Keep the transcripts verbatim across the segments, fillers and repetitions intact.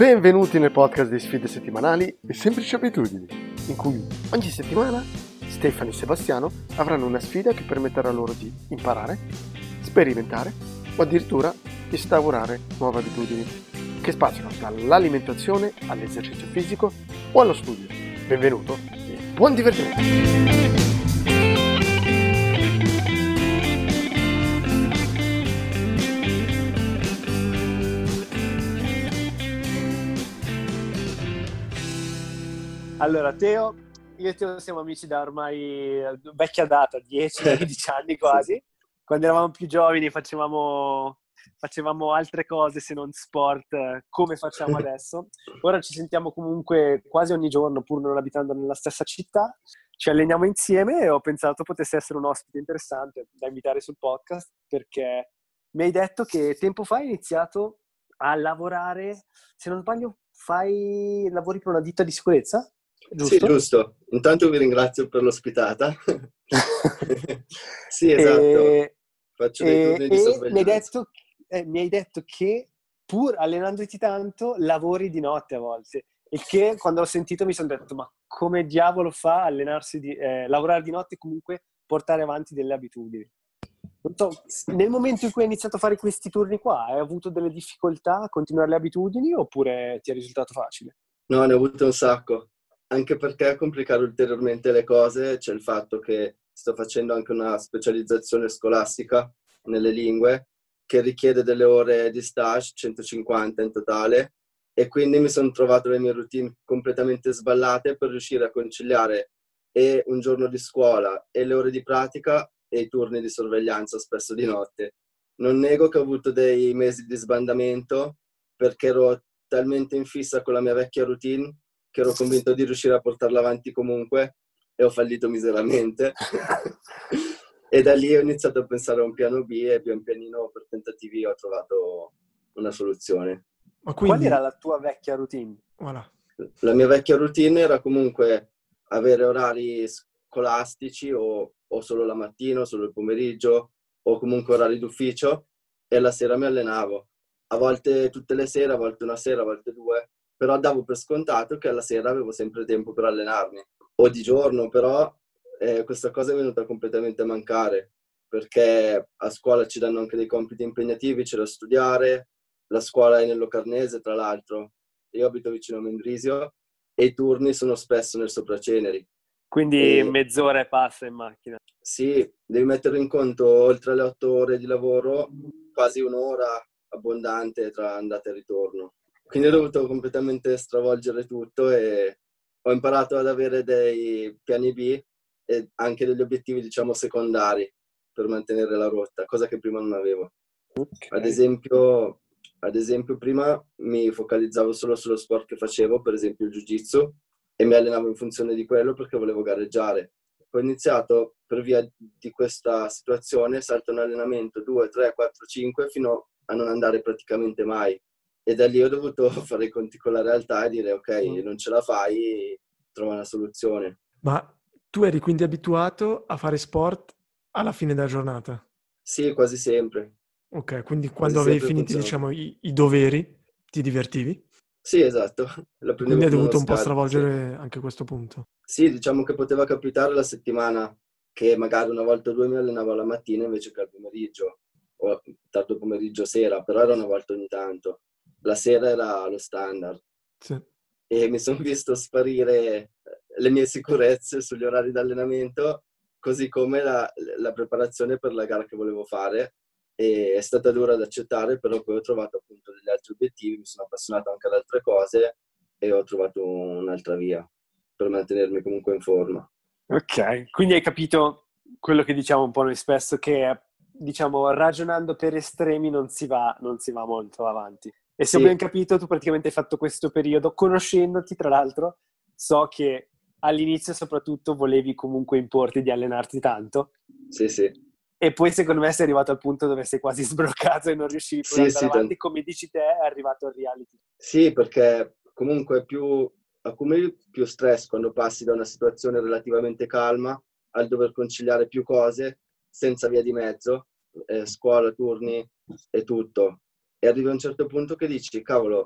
Benvenuti nel podcast di sfide settimanali e semplici abitudini, in cui ogni settimana Stefano e Sebastiano avranno una sfida che permetterà loro di imparare, sperimentare o addirittura instaurare nuove abitudini che spaziano dall'alimentazione all'esercizio fisico o allo studio. Benvenuto e buon divertimento! Allora, Teo, io e Teo siamo amici da ormai vecchia data, dieci quindici anni quasi. Quando eravamo più giovani facevamo, facevamo altre cose se non sport, eh, come facciamo adesso. Ora ci sentiamo comunque quasi ogni giorno, pur non abitando nella stessa città. Ci alleniamo insieme e ho pensato potesse essere un ospite interessante da invitare sul podcast, perché mi hai detto che tempo fa hai iniziato a lavorare, se non sbaglio, fai lavori per una ditta di sicurezza? Giusto? Sì, giusto. Intanto vi ringrazio per l'ospitata. Sì, esatto. E, Faccio dei turni e, di e sorveglianza. mi hai detto, eh, mi hai detto che pur allenandoti tanto lavori di notte a volte. Il che quando l'ho sentito mi sono detto, ma come diavolo fa a allenarsi di, eh, lavorare di notte e comunque portare avanti delle abitudini? Non so, nel momento in cui hai iniziato a fare questi turni qua, hai avuto delle difficoltà a continuare le abitudini oppure ti è risultato facile? No, ne ho avuto un sacco. Anche perché a complicare ulteriormente le cose c'è il fatto che sto facendo anche una specializzazione scolastica nelle lingue che richiede delle ore di stage, centocinquanta in totale, e quindi mi sono trovato le mie routine completamente sballate per riuscire a conciliare e un giorno di scuola e le ore di pratica e i turni di sorveglianza spesso di notte. Non nego che ho avuto dei mesi di sbandamento perché ero talmente in fissa con la mia vecchia routine che ero convinto di riuscire a portarla avanti comunque e ho fallito miseramente. E da lì ho iniziato a pensare a un piano B e pian pianino per tentativi ho trovato una soluzione. Ma quindi... Qual era la tua vecchia routine? Voilà. La mia vecchia routine era comunque avere orari scolastici o, o solo la mattina o solo il pomeriggio o comunque orari d'ufficio e la sera mi allenavo. A volte tutte le sere, a volte una sera, a volte due, però davo per scontato che alla sera avevo sempre tempo per allenarmi. O di giorno, però eh, questa cosa è venuta completamente a mancare, perché a scuola ci danno anche dei compiti impegnativi, c'è da studiare, la scuola è nel Locarnese, tra l'altro. Io abito vicino a Mendrisio e i turni sono spesso nel Sopraceneri. Quindi e, mezz'ora e passa in macchina. Sì, devi mettere in conto, oltre alle otto ore di lavoro, quasi un'ora abbondante tra andata e ritorno. Quindi ho dovuto completamente stravolgere tutto e ho imparato ad avere dei piani B e anche degli obiettivi, diciamo, secondari per mantenere la rotta, cosa che prima non avevo. Okay. Ad esempio, ad esempio, prima mi focalizzavo solo sullo sport che facevo, per esempio il jiu-jitsu, e mi allenavo in funzione di quello perché volevo gareggiare. Ho iniziato, per via di questa situazione, salto un allenamento due, tre, quattro, cinque, fino a non andare praticamente mai. E da lì ho dovuto fare i conti con la realtà e dire, ok, non ce la fai, trova una soluzione. Ma tu eri quindi abituato a fare sport alla fine della giornata? Sì, quasi sempre. Ok, quindi quando Quasi avevi sempre finito, funziona. diciamo, i, i doveri, ti divertivi? Sì, esatto. La E prendevo quindi hai come uno dovuto un po' scherzo, sì. stravolgere anche questo punto. Sì, diciamo che poteva capitare la settimana che magari una volta o due mi allenavo la mattina invece che al pomeriggio, o tardo pomeriggio sera, però era una volta ogni tanto. La sera era lo standard. Sì. E mi sono visto sparire le mie sicurezze sugli orari di allenamento, così come la, la preparazione per la gara che volevo fare. E è stata dura da accettare, però poi ho trovato appunto degli altri obiettivi, mi sono appassionato anche ad altre cose e ho trovato un'altra via per mantenermi comunque in forma. Ok, quindi hai capito quello che diciamo un po' noi spesso, che diciamo ragionando per estremi non si va, non si va molto avanti. E se Sì. ho ben capito, tu praticamente hai fatto questo periodo, conoscendoti tra l'altro, so che all'inizio soprattutto volevi comunque importi di allenarti tanto. Sì, sì. E poi secondo me sei arrivato al punto dove sei quasi sbroccato e non riuscivi più ad Sì, andare sì, avanti. tant- Come dici te, è arrivato il reality. sì, perché comunque più accumuli più stress quando passi da una situazione relativamente calma al dover conciliare più cose senza via di mezzo, eh, scuola, turni e tutto. E arrivi a un certo punto che dici, cavolo,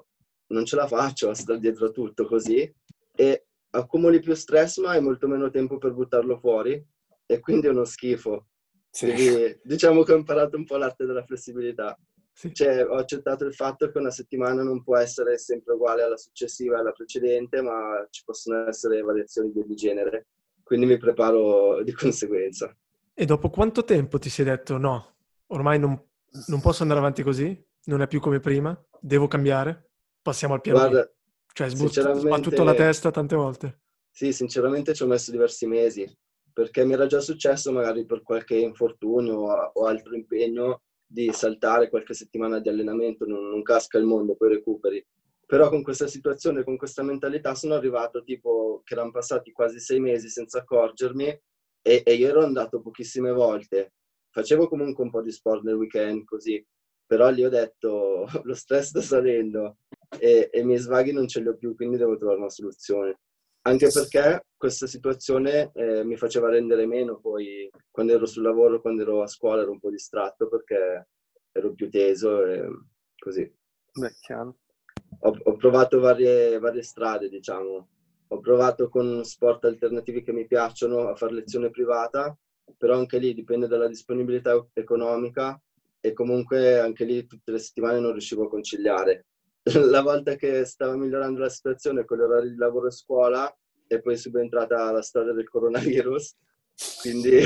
non ce la faccio a stare dietro a tutto così, e accumuli più stress ma hai molto meno tempo per buttarlo fuori e quindi è uno schifo. Sì. Devi, diciamo che ho imparato un po' l'arte della flessibilità. Sì. Cioè, ho accettato il fatto che una settimana non può essere sempre uguale alla successiva e alla precedente, ma ci possono essere variazioni di ogni genere. Quindi mi preparo di conseguenza. E dopo quanto tempo ti sei detto no, ormai non, non posso andare avanti così, non è più come prima, devo cambiare, passiamo al piano Guarda, B? Cioè, sbut- sinceramente, sbattuto la testa tante volte. sì, sinceramente ci ho messo diversi mesi, perché mi era già successo magari per qualche infortunio o, o altro impegno di saltare qualche settimana di allenamento, non, non casca il mondo, poi recuperi. Però con questa situazione, con questa mentalità sono arrivato tipo che erano passati quasi sei mesi senza accorgermi e, e io ero andato pochissime volte. Facevo comunque un po' di sport nel weekend così, però lì ho detto lo stress sta salendo e, e i miei svaghi non ce li ho più, quindi devo trovare una soluzione. Anche perché questa situazione eh, mi faceva rendere meno poi quando ero sul lavoro, quando ero a scuola ero un po' distratto perché ero più teso e così. Beh, chiaro. Ho, ho provato varie, varie strade, diciamo. Ho provato con sport alternativi che mi piacciono a fare lezione privata, però anche lì dipende dalla disponibilità economica e comunque anche lì tutte le settimane non riuscivo a conciliare. La volta che stava migliorando la situazione con l'orario di lavoro e scuola e poi è subentrata la storia del coronavirus, quindi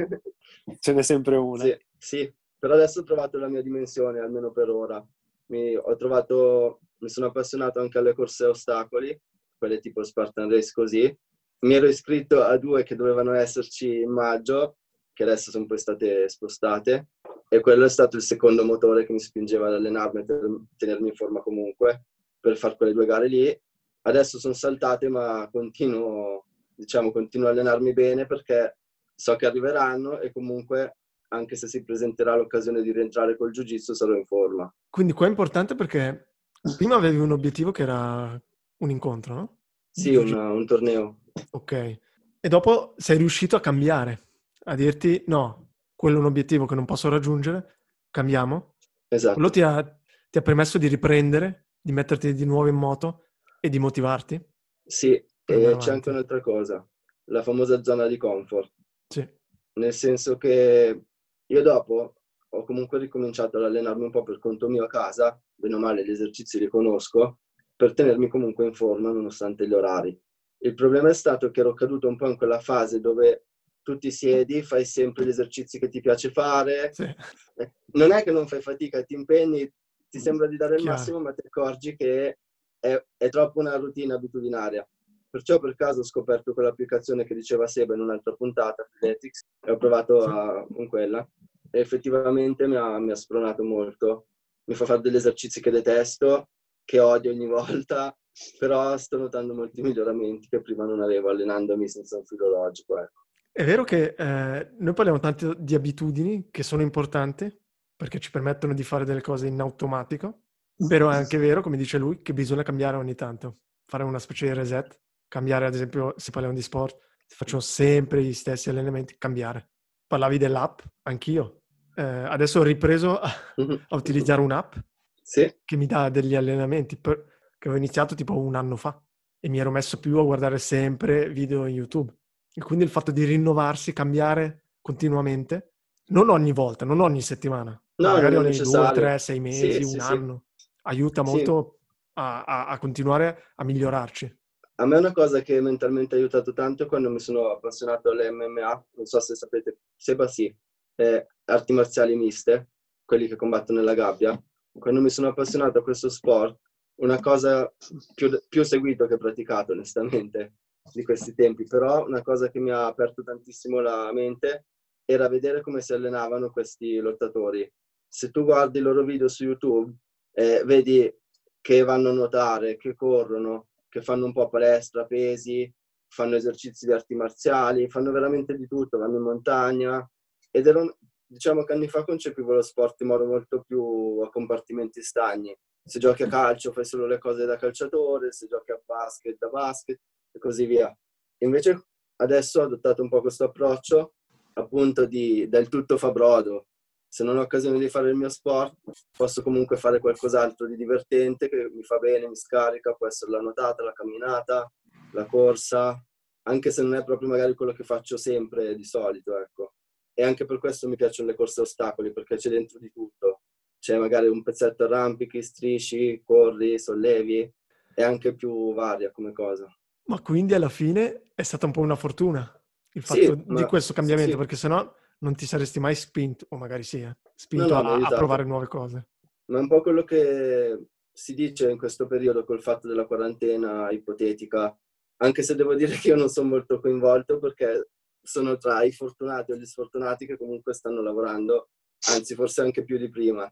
Ce n'è sempre una. sì, sì, però adesso ho trovato la mia dimensione, almeno per ora. Mi, ho trovato, mi sono appassionato anche alle corse a ostacoli, quelle tipo Spartan Race così. Mi ero iscritto a due che dovevano esserci in maggio, che adesso sono poi state spostate, e quello è stato il secondo motore che mi spingeva ad allenarmi e tenermi in forma comunque per fare quelle due gare lì. Adesso sono saltate, ma continuo, diciamo, continuo a allenarmi bene perché so che arriveranno e comunque anche se si presenterà l'occasione di rientrare col Jiu-Jitsu sarò in forma. Quindi qua è importante perché prima avevi un obiettivo che era un incontro, no? Sì, un, un torneo. Ok. E dopo sei riuscito a cambiare, a dirti no, quello è un obiettivo che non posso raggiungere, cambiamo. Esatto. Quello ti ha, ti ha permesso di riprendere, di metterti di nuovo in moto e di motivarti. Sì, per andare e c'è anche avanti. un'altra cosa, la famosa zona di comfort. Sì. Nel senso che io dopo ho comunque ricominciato ad allenarmi un po' per conto mio a casa, bene o male gli esercizi li conosco, per tenermi comunque in forma nonostante gli orari. Il problema è stato che ero caduto un po' in quella fase dove tu ti siedi, fai sempre gli esercizi che ti piace fare, Sì. non è che non fai fatica, ti impegni, ti sembra di dare il Chiaro. massimo, ma ti accorgi che è, è troppo una routine abitudinaria. Perciò per caso ho scoperto quell'applicazione che diceva Seba in un'altra puntata, Athletics, e ho provato a, con quella e effettivamente mi ha, mi ha spronato molto. Mi fa fare degli esercizi che detesto, che odio ogni volta, però sto notando molti miglioramenti che prima non avevo allenandomi senza un filo logico. Ecco. È vero che eh, noi parliamo tanto di abitudini che sono importanti perché ci permettono di fare delle cose in automatico, però è anche vero, come dice lui, che bisogna cambiare ogni tanto, fare una specie di reset, cambiare ad esempio, se parliamo di sport, se facciamo sempre gli stessi allenamenti, cambiare. Parlavi dell'app, anch'io. Eh, adesso ho ripreso a, a utilizzare un'app Sì. che mi dà degli allenamenti per, che ho iniziato tipo un anno fa e mi ero messo più a guardare sempre video in YouTube. E quindi il fatto di rinnovarsi, cambiare continuamente, non ogni volta, non ogni settimana, No, magari non è ogni due, necessario. tre, sei mesi, Sì, un sì, anno, sì. aiuta Sì. molto a, a, a continuare a migliorarci. A me una cosa che mentalmente ha aiutato tanto è quando mi sono appassionato alle M M A, non so se sapete, Seba sì, eh, arti marziali miste, quelli che combattono nella gabbia. Quando mi sono appassionato a questo sport, una cosa più, più seguito che praticato onestamente di questi tempi, però una cosa che mi ha aperto tantissimo la mente era vedere come si allenavano questi lottatori. Se tu guardi i loro video su YouTube, eh, vedi che vanno a nuotare, che corrono, che fanno un po' palestra, pesi, fanno esercizi di arti marziali, fanno veramente di tutto, vanno in montagna. Ed ero, diciamo che anni fa concepivo lo sport in modo molto più a compartimenti stagni. Se giochi a calcio fai solo le cose da calciatore, se giochi a basket da basket e così via. Invece adesso ho adottato un po' questo approccio appunto di del tutto fa brodo. se non ho occasione di fare il mio sport, posso comunque fare qualcos'altro di divertente che mi fa bene, mi scarica, può essere la nuotata, la camminata, la corsa, anche se non è proprio magari quello che faccio sempre di solito, ecco. E anche per questo mi piacciono le corse a ostacoli, perché c'è dentro di tutto. C'è magari un pezzetto arrampichi, strisci, corri, sollevi, è anche più varia come cosa. Ma quindi alla fine è stata un po' una fortuna il Sì, fatto ma, di questo cambiamento, sì, sì. perché sennò non ti saresti mai spinto, o magari sì, eh, No, spinto no, mi ha a, a aiutato. provare nuove cose. Ma è un po' quello che si dice in questo periodo col fatto della quarantena ipotetica, anche se devo dire che io non sono molto coinvolto perché sono tra i fortunati o gli sfortunati che comunque stanno lavorando, anzi forse anche più di prima.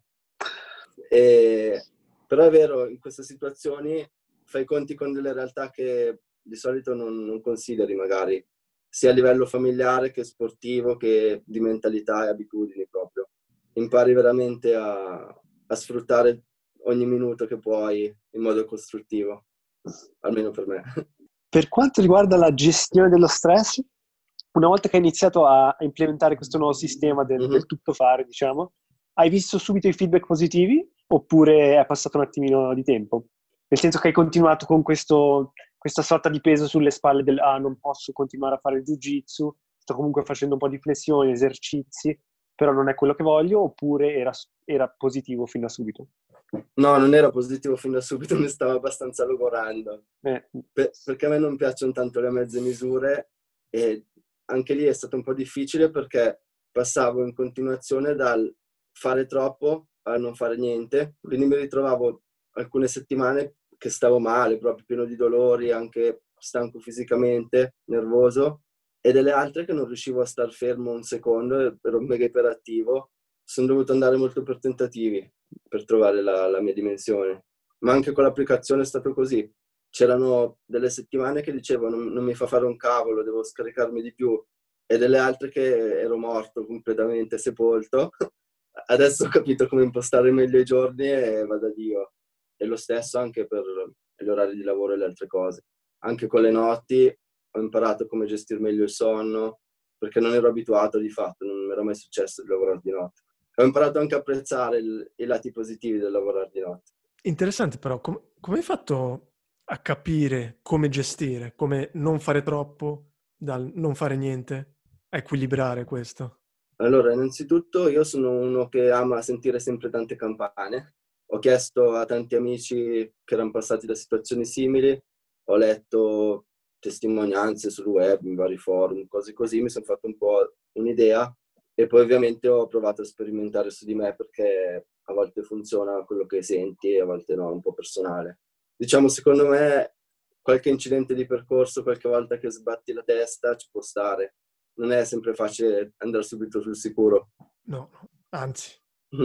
E, però è vero, in queste situazioni fai i conti con delle realtà che di solito non, non consideri magari, sia a livello familiare che sportivo, che di mentalità e abitudini proprio. Impari veramente a, a sfruttare ogni minuto che puoi in modo costruttivo, almeno per me. Per quanto riguarda la gestione dello stress, una volta che hai iniziato a implementare questo nuovo sistema del, Mm-hmm. del tutto fare, diciamo, hai visto subito i feedback positivi oppure è passato un attimino di tempo? Nel senso che hai continuato con questo, questa sorta di peso sulle spalle del ah, non posso continuare a fare il jiu-jitsu, sto comunque facendo un po' di flessioni, esercizi, però non è quello che voglio, oppure era, era positivo fin da subito? No, non era positivo fin da subito, mi stavo abbastanza logorando. Eh. Per, perché a me non piacciono tanto le mezze misure e anche lì è stato un po' difficile perché passavo in continuazione dal fare troppo a non fare niente, quindi mi ritrovavo alcune settimane che stavo male, proprio pieno di dolori, anche stanco fisicamente, nervoso, e delle altre che non riuscivo a star fermo un secondo, ero mega iperattivo. Sono dovuto andare molto per tentativi per trovare la, la mia dimensione, ma anche con l'applicazione è stato così. C'erano delle settimane che dicevo non, non mi fa fare un cavolo, devo scaricarmi di più, e delle altre che ero morto completamente, sepolto. Adesso ho capito come impostare meglio i giorni e vado a Dio. E lo stesso anche per gli orari di lavoro e le altre cose. Anche con le notti ho imparato come gestire meglio il sonno, perché non ero abituato di fatto, non mi era mai successo di lavorare di notte. Ho imparato anche a apprezzare il, i lati positivi del lavorare di notte. Interessante però, com- come hai fatto a capire come gestire, come non fare troppo dal non fare niente, a equilibrare questo? Allora, innanzitutto io sono uno che ama sentire sempre tante campane. Ho chiesto a tanti amici che erano passati da situazioni simili, ho letto testimonianze sul web, in vari forum, cose così, mi sono fatto un po' un'idea e poi ovviamente ho provato a sperimentare su di me perché a volte funziona quello che senti e a volte no, è un po' personale. Diciamo, secondo me, qualche incidente di percorso, qualche volta che sbatti la testa, ci può stare. Non è sempre facile andare subito sul sicuro. No, no, anzi.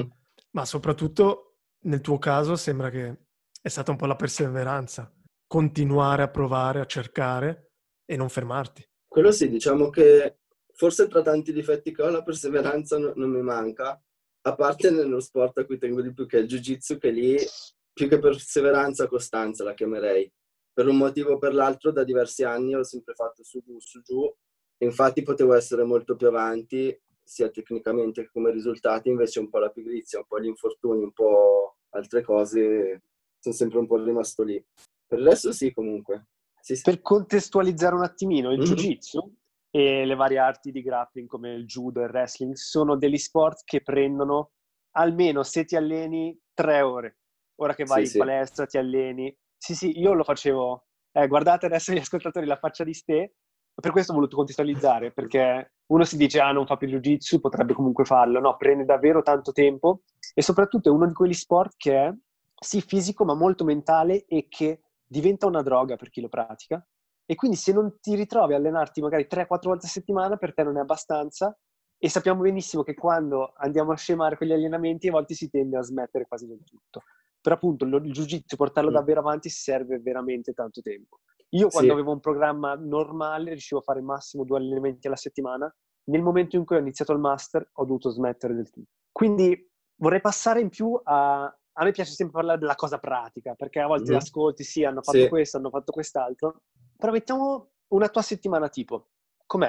Ma soprattutto nel tuo caso sembra che è stata un po' la perseveranza, continuare a provare, a cercare e non fermarti. Quello sì, diciamo che forse tra tanti difetti che ho la perseveranza no, non mi manca, a parte nello sport a cui tengo di più che è il jiu-jitsu, che lì più che perseveranza, costanza la chiamerei. Per un motivo o per l'altro da diversi anni ho sempre fatto su giù, su giù, infatti potevo essere molto più avanti sia tecnicamente che come risultati, invece un po' la pigrizia, un po' gli infortuni, un po' altre cose, sono sempre un po' rimasto lì. Per il resto sì, comunque. Sì, sì. Per contestualizzare un attimino, il Mm-hmm. jiu-jitsu e le varie arti di grappling come il judo e il wrestling sono degli sport che prendono almeno, se ti alleni, tre ore. Ora che vai Sì, in sì. palestra, ti alleni. Sì, sì, io lo facevo. Eh, guardate adesso gli ascoltatori la faccia di Ste, per questo ho voluto contestualizzare, perché uno si dice ah non fa più jiu-jitsu, potrebbe comunque farlo. No, prende davvero tanto tempo e soprattutto è uno di quegli sport che è sì fisico ma molto mentale e che diventa una droga per chi lo pratica. E quindi se non ti ritrovi a allenarti magari tre quattro volte a settimana, per te non è abbastanza. E sappiamo benissimo che quando andiamo a scemare quegli allenamenti a volte si tende a smettere quasi del tutto. Però appunto il jiu-jitsu, portarlo davvero avanti, serve veramente tanto tempo. Io quando Sì. avevo un programma normale riuscivo a fare massimo due allenamenti alla settimana. Nel momento in cui ho iniziato il master ho dovuto smettere del tutto. Quindi vorrei passare in più a... A me piace sempre parlare della cosa pratica, perché a volte Mm-hmm. ascolti, sì, hanno fatto Sì. questo, hanno fatto quest'altro. Però mettiamo una tua settimana tipo. Com'è?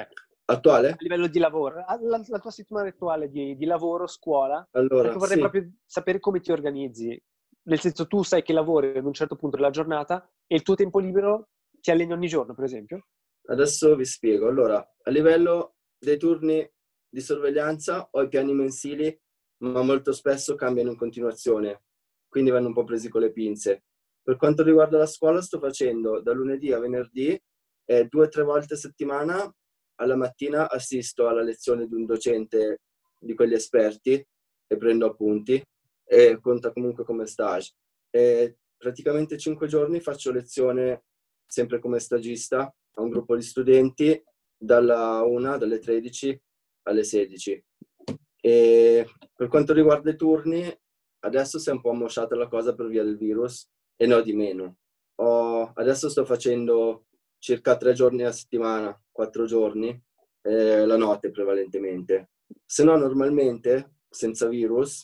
Attuale? A livello di lavoro, la, la tua settimana attuale di, di lavoro, scuola, Allora, perché vorrei sì. proprio sapere come ti organizzi. Nel senso, tu sai che lavori ad un certo punto della giornata e il tuo tempo libero ti alleni ogni giorno, per esempio? Adesso vi spiego. Allora, a livello dei turni di sorveglianza ho i piani mensili, ma molto spesso cambiano in continuazione, quindi vanno un po' presi con le pinze. Per quanto riguarda la scuola, sto facendo da lunedì a venerdì, eh, due o tre volte a settimana, alla mattina assisto alla lezione di un docente di quelli esperti e prendo appunti, e conta comunque come stage. E praticamente cinque giorni faccio lezione sempre come stagista a un gruppo di studenti dalla una, dalle tredici alle sedici. E per quanto riguarda i turni, adesso si è un po' ammosciata la cosa per via del virus e ne ho di meno. Ho, adesso sto facendo circa tre giorni a settimana, quattro giorni, eh, la notte prevalentemente. Se no, normalmente, senza virus,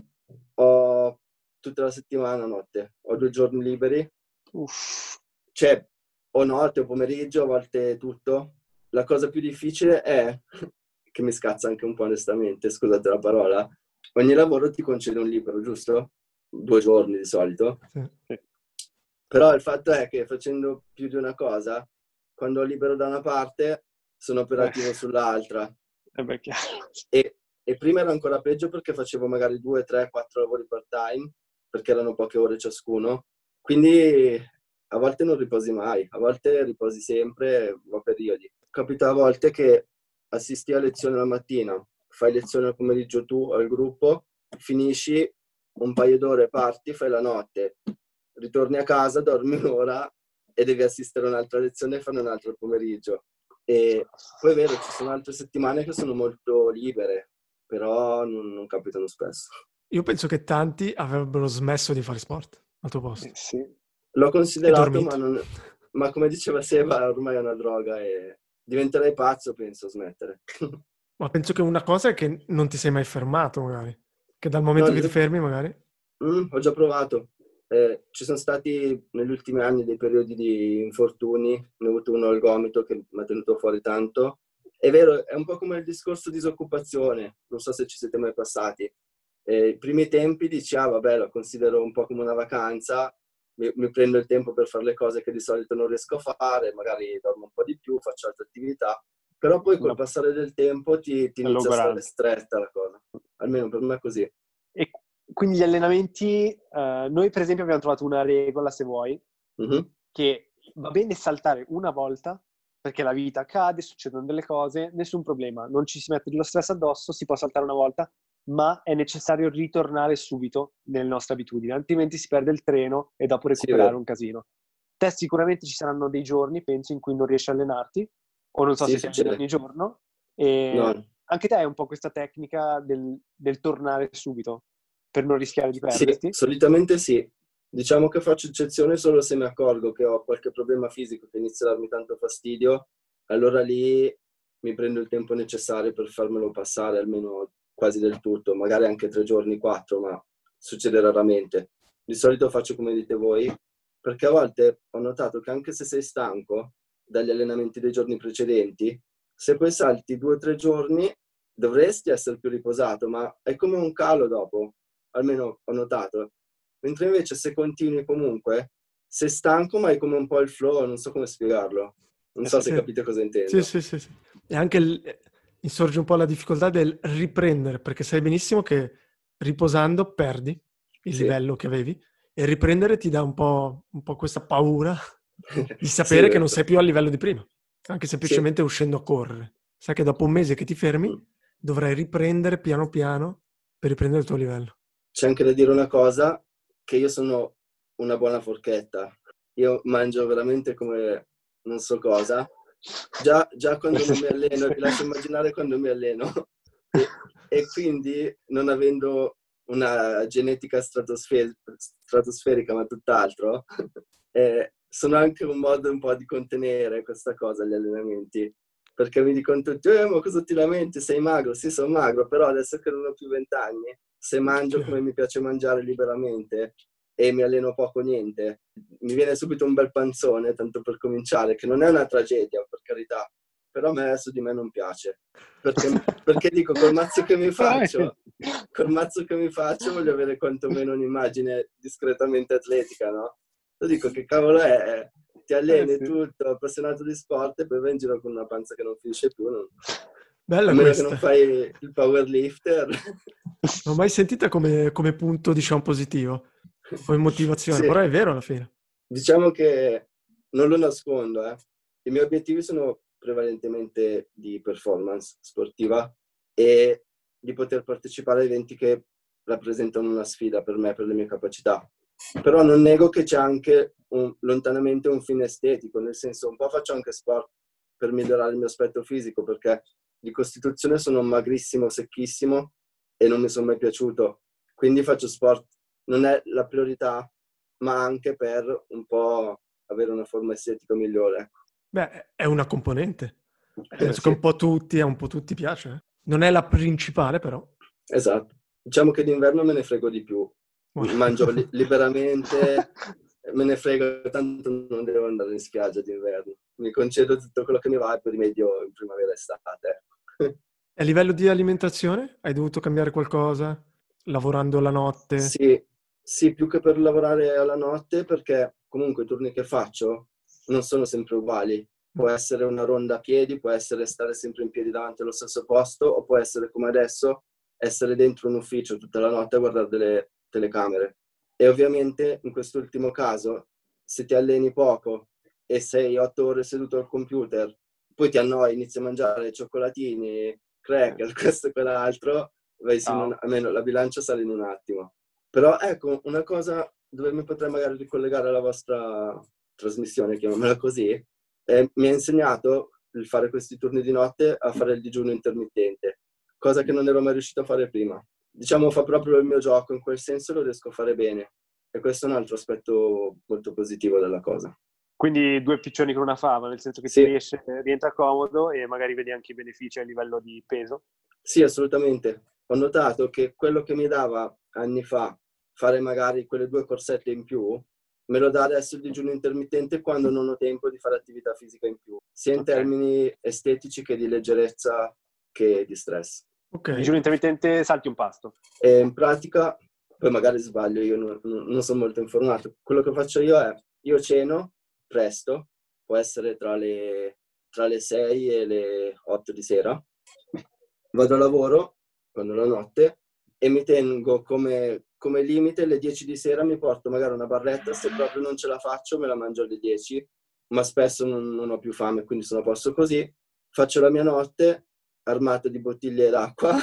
ho tutta la settimana notte. Ho due giorni liberi. Uff. Cioè, o notte o pomeriggio, a volte tutto. La cosa più difficile è, che mi scazza anche un po' onestamente, scusate la parola, ogni lavoro ti concede un libro, giusto? Due giorni di solito. Sì. Però il fatto è che facendo più di una cosa, quando ho libero da una parte, sono operativo eh. sull'altra. Eh beh, chiaro. E, e prima era ancora peggio perché facevo magari due, tre, quattro lavori part-time, perché erano poche ore ciascuno. Quindi a volte non riposi mai, a volte riposi sempre, a periodi. Capita a volte che assisti a lezione la mattina, fai lezione al pomeriggio tu al gruppo, finisci un paio d'ore, parti, fai la notte, ritorni a casa, dormi un'ora e devi assistere a un'altra lezione e fare un altro pomeriggio. E poi è vero, ci sono altre settimane che sono molto libere, però non, non capitano spesso. Io penso che tanti avrebbero smesso di fare sport al tuo posto. Eh, sì. L'ho considerato, dormito. ma, non, ma come diceva Seba, ormai è una droga e diventerei pazzo, penso, a smettere. Ma penso che una cosa è che non ti sei mai fermato, magari. Che dal momento No, che ti io- fermi, magari... Mm, ho già provato. Eh, ci sono stati negli ultimi anni dei periodi di infortuni, ne ho avuto uno al gomito che mi ha tenuto fuori tanto. È vero, è un po' come il discorso disoccupazione, non so se ci siete mai passati. Eh, I primi tempi dici, ah vabbè, lo considero un po' come una vacanza, mi, mi prendo il tempo per fare le cose che di solito non riesco a fare, magari dormo un po' di più, faccio altre attività, però poi col No. passare del tempo ti, ti È inizia a stare logorante. stretta la cosa. Almeno per me è così. E quindi gli allenamenti, eh, noi per esempio abbiamo trovato una regola, se vuoi, Mhm. che va bene saltare una volta, perché la vita accade, succedono delle cose, nessun problema, non ci si mette dello stress addosso, si può saltare una volta, ma è necessario ritornare subito nelle nostre abitudini, altrimenti si perde il treno e dopo Sì, è recuperare vero. un casino. Te sicuramente ci saranno dei giorni, penso, in cui non riesci a allenarti, o non so Sì, se ti alleni succede. ogni giorno, e No. anche te hai un po' questa tecnica del, del tornare subito, per non rischiare di Sì, perderti. solitamente sì. Diciamo che faccio eccezione solo se mi accorgo che ho qualche problema fisico che inizia a darmi tanto fastidio, allora lì mi prendo il tempo necessario per farmelo passare almeno quasi del tutto, magari anche tre giorni, quattro, ma succede raramente. Di solito faccio come dite voi, perché a volte ho notato che anche se sei stanco dagli allenamenti dei giorni precedenti, se poi salti due o tre giorni dovresti essere più riposato, ma è come un calo dopo, almeno ho notato. Mentre invece se continui comunque, sei stanco ma hai come un po' il flow, non so come spiegarlo. Non Eh so sì. se Sì. capite cosa intendo. Sì, sì, sì, sì. E anche il- insorge un po' la difficoltà del riprendere, perché sai benissimo che riposando perdi il Sì. livello che avevi e riprendere ti dà un po', un po' questa paura di Sì, sapere che non esatto. sei più al livello di prima, anche Sì. semplicemente uscendo a correre. Sai che dopo un mese che ti fermi Mm. dovrai riprendere piano piano per riprendere il tuo livello. C'è anche da dire una cosa, che io sono una buona forchetta. Io mangio veramente come non so cosa. Già, già quando non mi alleno, vi lascio immaginare quando mi alleno. E, e quindi, non avendo una genetica stratosfer- stratosferica, ma tutt'altro, eh, sono anche un modo un po' di contenere questa cosa agli allenamenti. Perché mi dicono tutti, eh, ma cosa ti lamenti? Sei magro? Sì, sono magro, però adesso che non ho più vent'anni, se mangio come mi piace mangiare liberamente e mi alleno poco o niente, mi viene subito un bel panzone, tanto per cominciare, che non è una tragedia, per carità, però a me su di me non piace. Perché, perché dico, col mazzo che mi faccio, col mazzo che mi faccio voglio avere quantomeno un'immagine discretamente atletica, no? Io dico, che cavolo è? Ti alleni Eh, sì. tutto, appassionato di sport e poi vai in giro con una panza che non finisce più. Non... Bella a meno questa. che non fai il powerlifter. Non ho mai sentita come, come punto, diciamo, positivo, come motivazione, Sì. però è vero alla fine. Diciamo che non lo nascondo, eh. I miei obiettivi sono prevalentemente di performance sportiva e di poter partecipare a eventi che rappresentano una sfida per me, per le mie capacità. Però non nego che c'è anche un, lontanamente un fine estetico, nel senso un po' faccio anche sport per migliorare il mio aspetto fisico, perché di costituzione sono magrissimo, secchissimo e non mi sono mai piaciuto. Quindi faccio sport, non è la priorità, ma anche per un po' avere una forma estetica migliore. Beh, è una componente. Eh, Penso sì. che un po' tutti, a un po' tutti piace. eh. Non è la principale, però. Esatto. Diciamo che d'inverno me ne frego di più. Mangio li- liberamente, me ne frego, tanto non devo andare in spiaggia d'inverno. Mi concedo tutto quello che mi va e poi rimedio in primavera e estate. E a livello di alimentazione, hai dovuto cambiare qualcosa? Lavorando la notte? Sì, sì, più che per lavorare alla notte, perché comunque i turni che faccio non sono sempre uguali. Può essere una ronda a piedi, può essere stare sempre in piedi davanti allo stesso posto, o può essere come adesso, essere dentro un ufficio tutta la notte a guardare delle telecamere. E ovviamente in quest'ultimo caso, se ti alleni poco e sei otto ore seduto al computer, poi ti annoi, inizi a mangiare cioccolatini, cracker, questo e quell'altro, vai su in un, almeno la bilancia sale in un attimo. Però ecco, una cosa dove mi potrei magari ricollegare alla vostra trasmissione, chiamiamola così, eh, mi ha insegnato il fare questi turni di notte a fare il digiuno intermittente, cosa che non ero mai riuscito a fare prima. Diciamo, fa proprio il mio gioco, in quel senso lo riesco a fare bene. E questo è un altro aspetto molto positivo della cosa. Quindi due piccioni con una fava, nel senso che Sì. ti riesce, rientra comodo e magari vedi anche i benefici a livello di peso. Sì, assolutamente. Ho notato che quello che mi dava anni fa fare magari quelle due corsette in più, me lo dà adesso il digiuno intermittente quando non ho tempo di fare attività fisica in più, sia in Ok. termini estetici che di leggerezza che di stress. Ok. Il digiuno intermittente salti un pasto. E in pratica, poi magari sbaglio, io non, non- non sono molto informato. Quello che faccio io è, io ceno presto, può essere tra le, tra le sei e le otto di sera, vado a lavoro quando è la notte e mi tengo come, come limite le dieci di sera, mi porto magari una barretta, se proprio non ce la faccio me la mangio alle dieci, ma spesso non, non ho più fame, quindi sono a posto così, faccio la mia notte armata di bottiglie d'acqua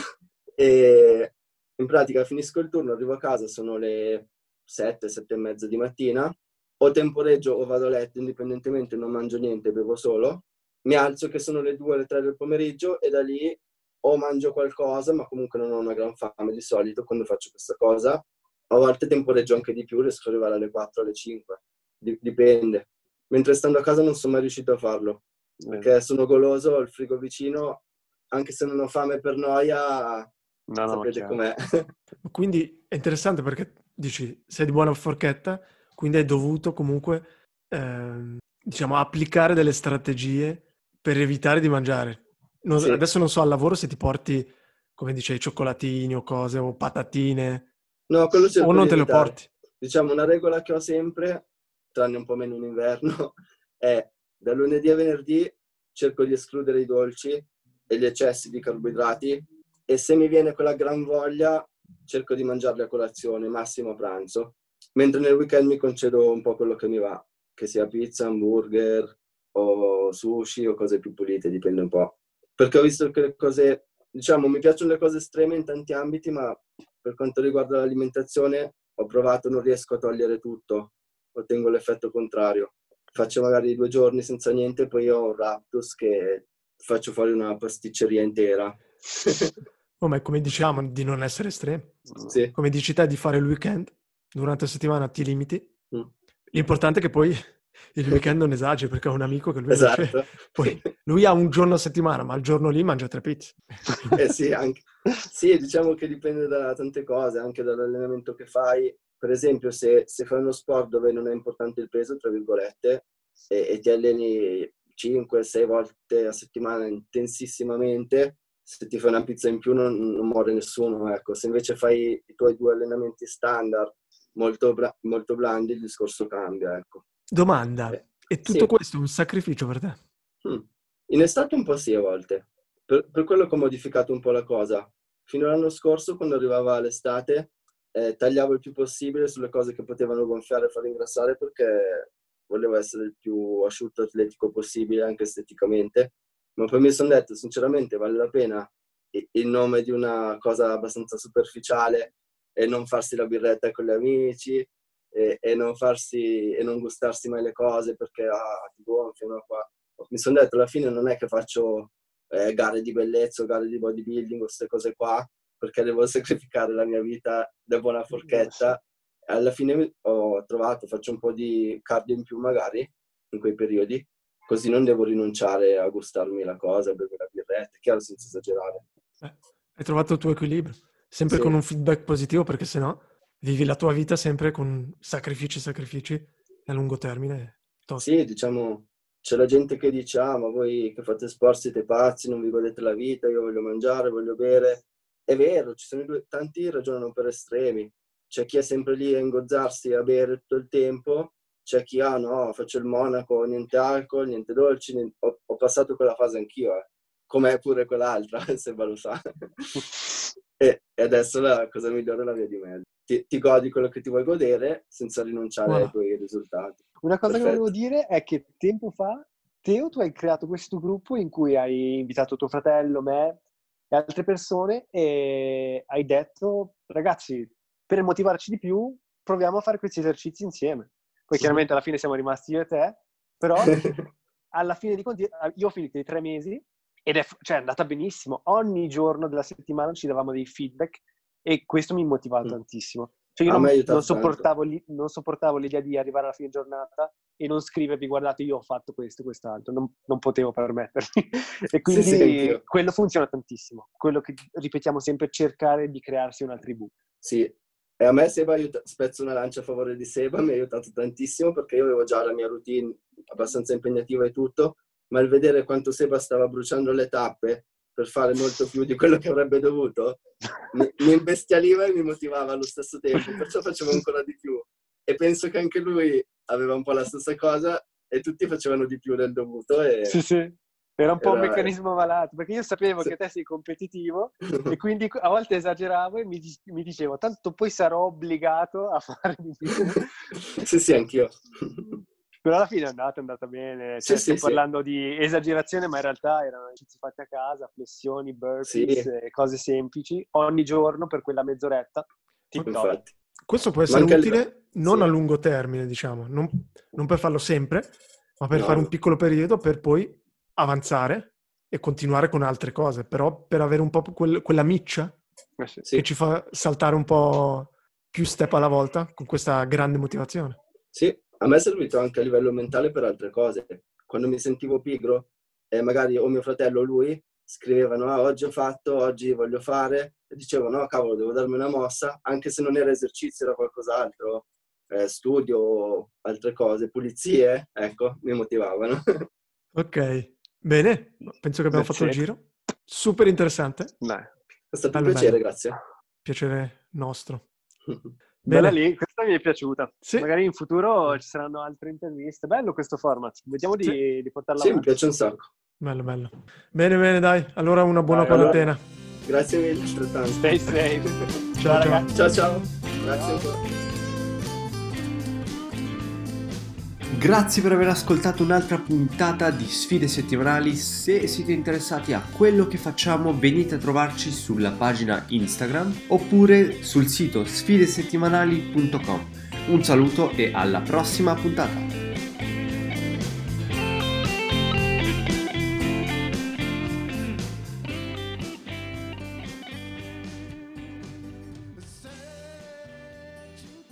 e in pratica finisco il turno, arrivo a casa, sono le sette, sette e mezza di mattina, o temporeggio o vado a letto, indipendentemente non mangio niente, bevo solo, mi alzo che sono le due o le tre del pomeriggio e da lì o mangio qualcosa, ma comunque non ho una gran fame di solito quando faccio questa cosa, a volte temporeggio anche di più, riesco ad arrivare alle quattro, alle cinque, dipende. Mentre stando a casa non sono mai riuscito a farlo, perché sono goloso, ho il frigo vicino, anche se non ho fame per noia, No, no, sapete chiaro. com'è. Quindi è interessante perché dici, sei di buona forchetta, quindi hai dovuto comunque, ehm, diciamo, applicare delle strategie per evitare di mangiare. Non- Sì. Adesso non so al lavoro se ti porti, come dicevi, cioccolatini o cose o patatine, No, quello cerco o non di te lo evitare. porti. Diciamo, una regola che ho sempre, tranne un po' meno in inverno, è da lunedì a venerdì cerco di escludere i dolci e gli eccessi di carboidrati e se mi viene quella gran voglia cerco di mangiarli a colazione, massimo a pranzo. Mentre nel weekend mi concedo un po' quello che mi va, che sia pizza, hamburger o sushi o cose più pulite, dipende un po'. Perché ho visto che le cose, diciamo, mi piacciono le cose estreme in tanti ambiti, ma per quanto riguarda l'alimentazione ho provato, non riesco a togliere tutto, ottengo l'effetto contrario. Faccio magari due giorni senza niente, poi ho un raptus che faccio fuori una pasticceria intera. Oh, ma è come diciamo di non essere estremi. Sì. Come dici te, di fare il weekend, durante la settimana ti limiti. Mm. L'importante è che poi il weekend non esageri, perché ho un amico che lui invece, Esatto. poi lui ha un giorno a settimana, ma il giorno lì mangia tre pizze. Eh sì, anche. Sì, diciamo che dipende da tante cose, anche dall'allenamento che fai. Per esempio, se, se fai uno sport dove non è importante il peso, tra virgolette, e, e ti alleni cinque sei volte a settimana intensissimamente, se ti fai una pizza in più non, non muore nessuno, ecco. Se invece fai i tuoi due allenamenti standard molto, bra- molto blandi, il discorso cambia, ecco. Domanda, eh, è tutto sì. questo un sacrificio per te? Hmm. In estate un po' sì, a volte. Per, per quello che ho modificato un po' la cosa. Fino all'anno scorso, quando arrivava l'estate, eh, tagliavo il più possibile sulle cose che potevano gonfiare e far ingrassare, perché volevo essere il più asciutto e atletico possibile, anche esteticamente. Ma poi mi sono detto, sinceramente, vale la pena, in nome di una cosa abbastanza superficiale, e non farsi la birretta con gli amici, e, e non farsi e non gustarsi mai le cose perché ah, ti gonfiano qua. Mi sono detto, alla fine non è che faccio eh, gare di bellezza o gare di bodybuilding o queste cose qua perché devo sacrificare la mia vita da buona forchetta. Alla fine ho trovato, faccio un po' di cardio in più magari in quei periodi, così non devo rinunciare a gustarmi la cosa, a bermi la birretta, chiaro, senza esagerare. Eh, hai trovato il tuo equilibrio, sempre Sì. con un feedback positivo, perché sennò vivi la tua vita sempre con sacrifici, sacrifici a lungo termine. Tosto. Sì, diciamo, c'è la gente che dice, ah, ma voi che fate sport siete pazzi, non vi godete la vita, io voglio mangiare, voglio bere. È vero, ci sono due, tanti ragionano per estremi. C'è chi è sempre lì a ingozzarsi, a bere tutto il tempo, c'è chi, ah no, faccio il monaco, niente alcol, niente dolci, niente... Ho, ho passato quella fase anch'io, eh. Com'è pure quell'altra, se lo sa. e, e adesso la cosa migliore è la via di mezzo. Ti, ti godi quello che ti vuoi godere senza rinunciare Voilà. ai tuoi risultati. Una cosa Perfetto. che volevo dire è che tempo fa, Teo, tu hai creato questo gruppo in cui hai invitato tuo fratello, me e altre persone e hai detto, ragazzi, per motivarci di più, proviamo a fare questi esercizi insieme. Poi chiaramente alla fine siamo rimasti io e te, però alla fine di conti, io ho finito i tre mesi ed è, cioè, è andata benissimo. Ogni giorno della settimana ci davamo dei feedback e questo mi motivava Mm. tantissimo. Cioè io A me non, ha aiutato non, sopportavo li, non sopportavo l'idea di arrivare alla fine giornata e non scrivervi, guardate, io ho fatto questo e quest'altro, non, non potevo permettermi. E quindi Sì, sì, anch'io. quello funziona tantissimo. Quello che ripetiamo sempre, cercare di crearsi una tribù. Sì, e a me Seba aiuta, spezzo una lancia a favore di Seba, mi ha aiutato tantissimo perché io avevo già la mia routine abbastanza impegnativa e tutto, ma il vedere quanto Seba stava bruciando le tappe per fare molto più di quello che avrebbe dovuto, mi, mi imbestialiva e mi motivava allo stesso tempo, perciò facevo ancora di più. E penso che anche lui aveva un po' la stessa cosa e tutti facevano di più del dovuto. E... Sì, sì. Era un po' un Era- meccanismo malato, perché io sapevo Sì. che te sei competitivo e quindi a volte esageravo e mi, di- mi dicevo, tanto poi sarò obbligato a fare di più. Sì, sì, anch'io. Però alla fine è andata, è andata bene. Sì, Cioè, sì, stiamo sì. parlando di esagerazione, ma in realtà erano esercizi fatti a casa, flessioni, burpees, Sì. eh, cose semplici, ogni giorno per quella mezz'oretta. Tip top. Infatti. Questo può essere Manca il- utile non sì. a lungo termine, diciamo, non, non per farlo sempre, ma per No, fare un no. piccolo periodo per poi avanzare e continuare con altre cose, però per avere un po' quel- quella miccia Eh sì. Sì. che ci fa saltare un po' più step alla volta con questa grande motivazione. Sì, a me è servito anche a livello mentale per altre cose. Quando mi sentivo pigro, e magari o mio fratello o lui scrivevano, ah, oggi ho fatto, oggi voglio fare, e dicevo, no, cavolo, devo darmi una mossa, anche se non era esercizio, era qualcos'altro, eh, studio, altre cose, pulizie, ecco, mi motivavano. Ok, bene, penso che abbiamo That's fatto il it. giro. Super interessante, Dai. È stato un Bello, piacere, bello. grazie. piacere nostro. Bella Bene. lì, questa mi è piaciuta. Sì. Magari in futuro ci saranno altre interviste. Bello questo format. Vediamo di, Sì. di portarla Sì, mi avanti. piace un sacco. Bello, bello. Bene, bene, dai. Allora una buona Dai, quarantena. Grazie mille, altrettanto. Stay safe. Ciao, Ciao, ciao. ragazzi. Ciao, ciao. Grazie ancora. Grazie per aver ascoltato un'altra puntata di Sfide Settimanali. Se siete interessati a quello che facciamo, venite a trovarci sulla pagina Instagram oppure sul sito sfidesettimanali punto com. Un saluto e alla prossima puntata!